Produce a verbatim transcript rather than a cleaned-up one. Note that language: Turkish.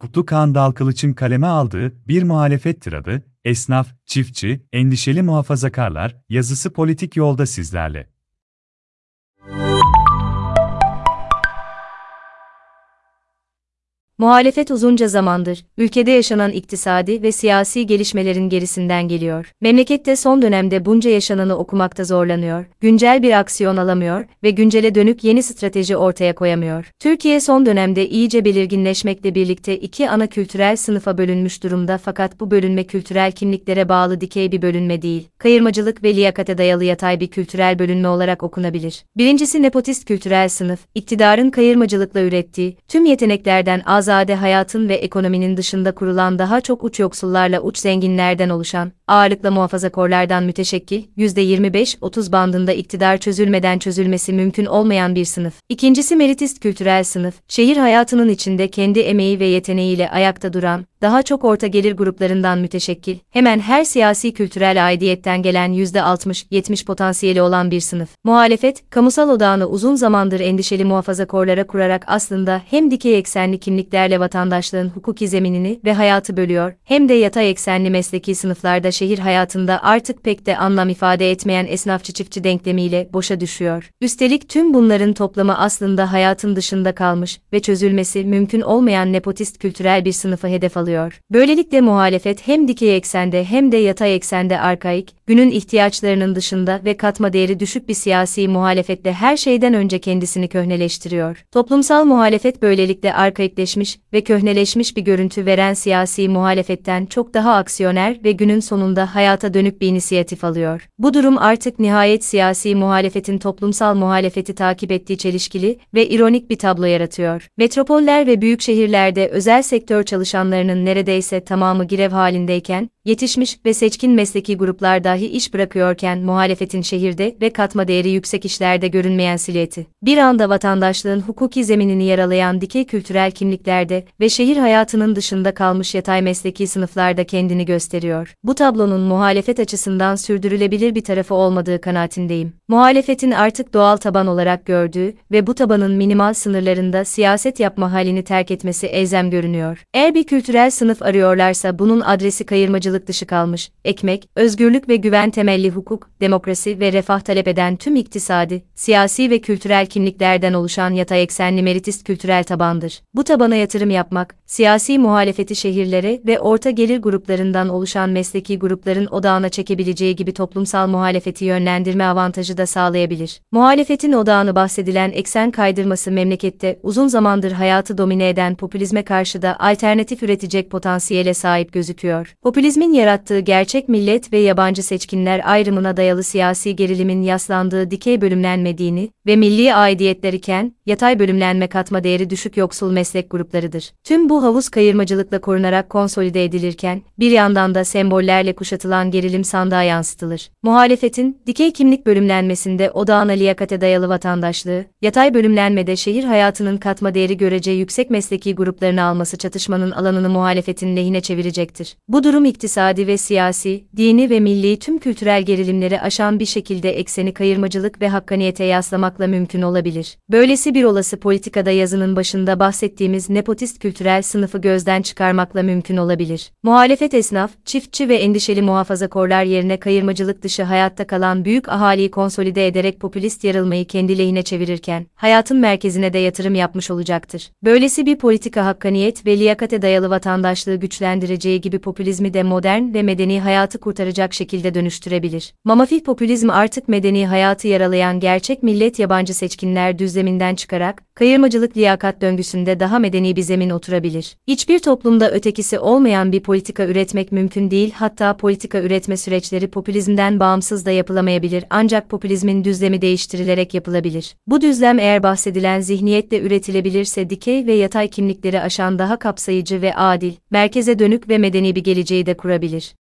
Kutlu Kağan Dalkılıç'ın kaleme aldığı bir muhalefet tiradı, esnaf, çiftçi, endişeli muhafazakarlar, yazısı politik yolda sizlerle. Muhalefet uzunca zamandır, ülkede yaşanan iktisadi ve siyasi gelişmelerin gerisinden geliyor. Memlekette son dönemde bunca yaşananı okumakta zorlanıyor, güncel bir aksiyon alamıyor ve güncele dönük yeni strateji ortaya koyamıyor. Türkiye son dönemde iyice belirginleşmekle birlikte iki ana kültürel sınıfa bölünmüş durumda, fakat bu bölünme kültürel kimliklere bağlı dikey bir bölünme değil, kayırmacılık ve liyakate dayalı yatay bir kültürel bölünme olarak okunabilir. Birincisi nepotist kültürel sınıf, iktidarın kayırmacılıkla ürettiği, tüm yeteneklerden azade hayatın ve ekonominin dışında kurulan daha çok uç yoksullarla uç zenginlerden oluşan, ağırlıkla muhafazakorlardan müteşekkil, yüzde yirmi beş otuz bandında iktidar çözülmeden çözülmesi mümkün olmayan bir sınıf. İkincisi meritist kültürel sınıf, şehir hayatının içinde kendi emeği ve yeteneğiyle ayakta duran, daha çok orta gelir gruplarından müteşekkil, hemen her siyasi kültürel aidiyetten gelen yüzde altmış yetmiş potansiyeli olan bir sınıf. Muhalefet, kamusal odağını uzun zamandır endişeli muhafazakorlara kurarak aslında hem dikey eksenli kimliklerle vatandaşlığın hukuki zeminini ve hayatı bölüyor, hem de yatay eksenli mesleki sınıflarda şehir hayatında artık pek de anlam ifade etmeyen esnafçı-çiftçi denklemiyle boşa düşüyor. Üstelik tüm bunların toplamı aslında hayatın dışında kalmış ve çözülmesi mümkün olmayan nepotist kültürel bir sınıfı hedef alıyor. Böylelikle muhalefet hem dikey eksende hem de yatay eksende arkaik, günün ihtiyaçlarının dışında ve katma değeri düşük bir siyasi muhalefetle her şeyden önce kendisini köhneleştiriyor. Toplumsal muhalefet böylelikle arkaikleşmiş ve köhneleşmiş bir görüntü veren siyasi muhalefetten çok daha aksiyoner ve günün sonunda hayata dönük bir inisiyatif alıyor. Bu durum artık nihayet siyasi muhalefetin toplumsal muhalefeti takip ettiği çelişkili ve ironik bir tablo yaratıyor. Metropoller ve büyük şehirlerde özel sektör çalışanlarının neredeyse tamamı grev halindeyken, yetişmiş ve seçkin mesleki gruplar dahi iş bırakıyorken muhalefetin şehirde ve katma değeri yüksek işlerde görünmeyen silüeti, bir anda vatandaşlığın hukuki zeminini yaralayan dikey kültürel kimliklerde ve şehir hayatının dışında kalmış yatay mesleki sınıflarda kendini gösteriyor. Bu tablonun muhalefet açısından sürdürülebilir bir tarafı olmadığı kanaatindeyim. Muhalefetin artık doğal taban olarak gördüğü ve bu tabanın minimal sınırlarında siyaset yapma halini terk etmesi elzem görünüyor. Eğer bir kültürel sınıf arıyorlarsa bunun adresi kayırmacılık dışı kalmış, ekmek, özgürlük ve güven temelli hukuk, demokrasi ve refah talep eden tüm iktisadi, siyasi ve kültürel kimliklerden oluşan yatay eksenli meritist kültürel tabandır. Bu tabana yatırım yapmak, siyasi muhalefeti şehirlere ve orta gelir gruplarından oluşan mesleki grupların odağına çekebileceği gibi toplumsal muhalefeti yönlendirme avantajı da sağlayabilir. Muhalefetin odağını bahsedilen eksen kaydırması memlekette uzun zamandır hayatı domine eden popülizme karşı da alternatif üretecek potansiyele sahip gözüküyor. Popülizmin yarattığı gerçek millet ve yabancı seçkinler ayrımına dayalı siyasi gerilimin yaslandığı dikey bölümlenmediğini ve milli aidiyetler iken, yatay bölümlenme katma değeri düşük yoksul meslek gruplarıdır. Tüm bu havuz kayırmacılıkla korunarak konsolide edilirken, bir yandan da sembollerle kuşatılan gerilim sandığa yansıtılır. Muhalefetin, dikey kimlik bölümlenmesinde odağına liyakate dayalı vatandaşlığı, yatay bölümlenmede şehir hayatının katma değeri görece yüksek mesleki gruplarını alması çatışmanın alanını muhalefetin lehine çevirecektir. Bu durum iktisadi ve siyasi, dini ve milli tüm kültürel gerilimleri aşan bir şekilde ekseni kayırmacılık ve hakkaniyete yaslamakla mümkün olabilir. Böylesi bir olası politikada yazının başında bahsettiğimiz nepotist kültürel sınıfı gözden çıkarmakla mümkün olabilir. Muhalefet esnaf, çiftçi ve endişeli muhafazakorlar yerine kayırmacılık dışı hayatta kalan büyük ahaliyi konsolide ederek popülist yarılmayı kendi lehine çevirirken, hayatın merkezine de yatırım yapmış olacaktır. Böylesi bir politika hakkaniyet ve liyakate dayalı vatandaşlığı güçlendireceği gibi popülizmi de modern ve medeni hayatı kurtaracak şekilde dönüştürebilir. Mamafih popülizm artık medeni hayatı yaralayan gerçek millet yabancı seçkinler düzleminden çıkarak, kayırmacılık liyakat döngüsünde daha medeni bir zemin oturabilir. Hiçbir toplumda ötekisi olmayan bir politika üretmek mümkün değil, hatta politika üretme süreçleri popülizmden bağımsız da yapılamayabilir, ancak popülizmin düzlemi değiştirilerek yapılabilir. Bu düzlem eğer bahsedilen zihniyetle üretilebilirse dikey ve yatay kimlikleri aşan daha kapsayıcı ve adil, merkeze dönük ve medeni bir geleceği de kurabilir.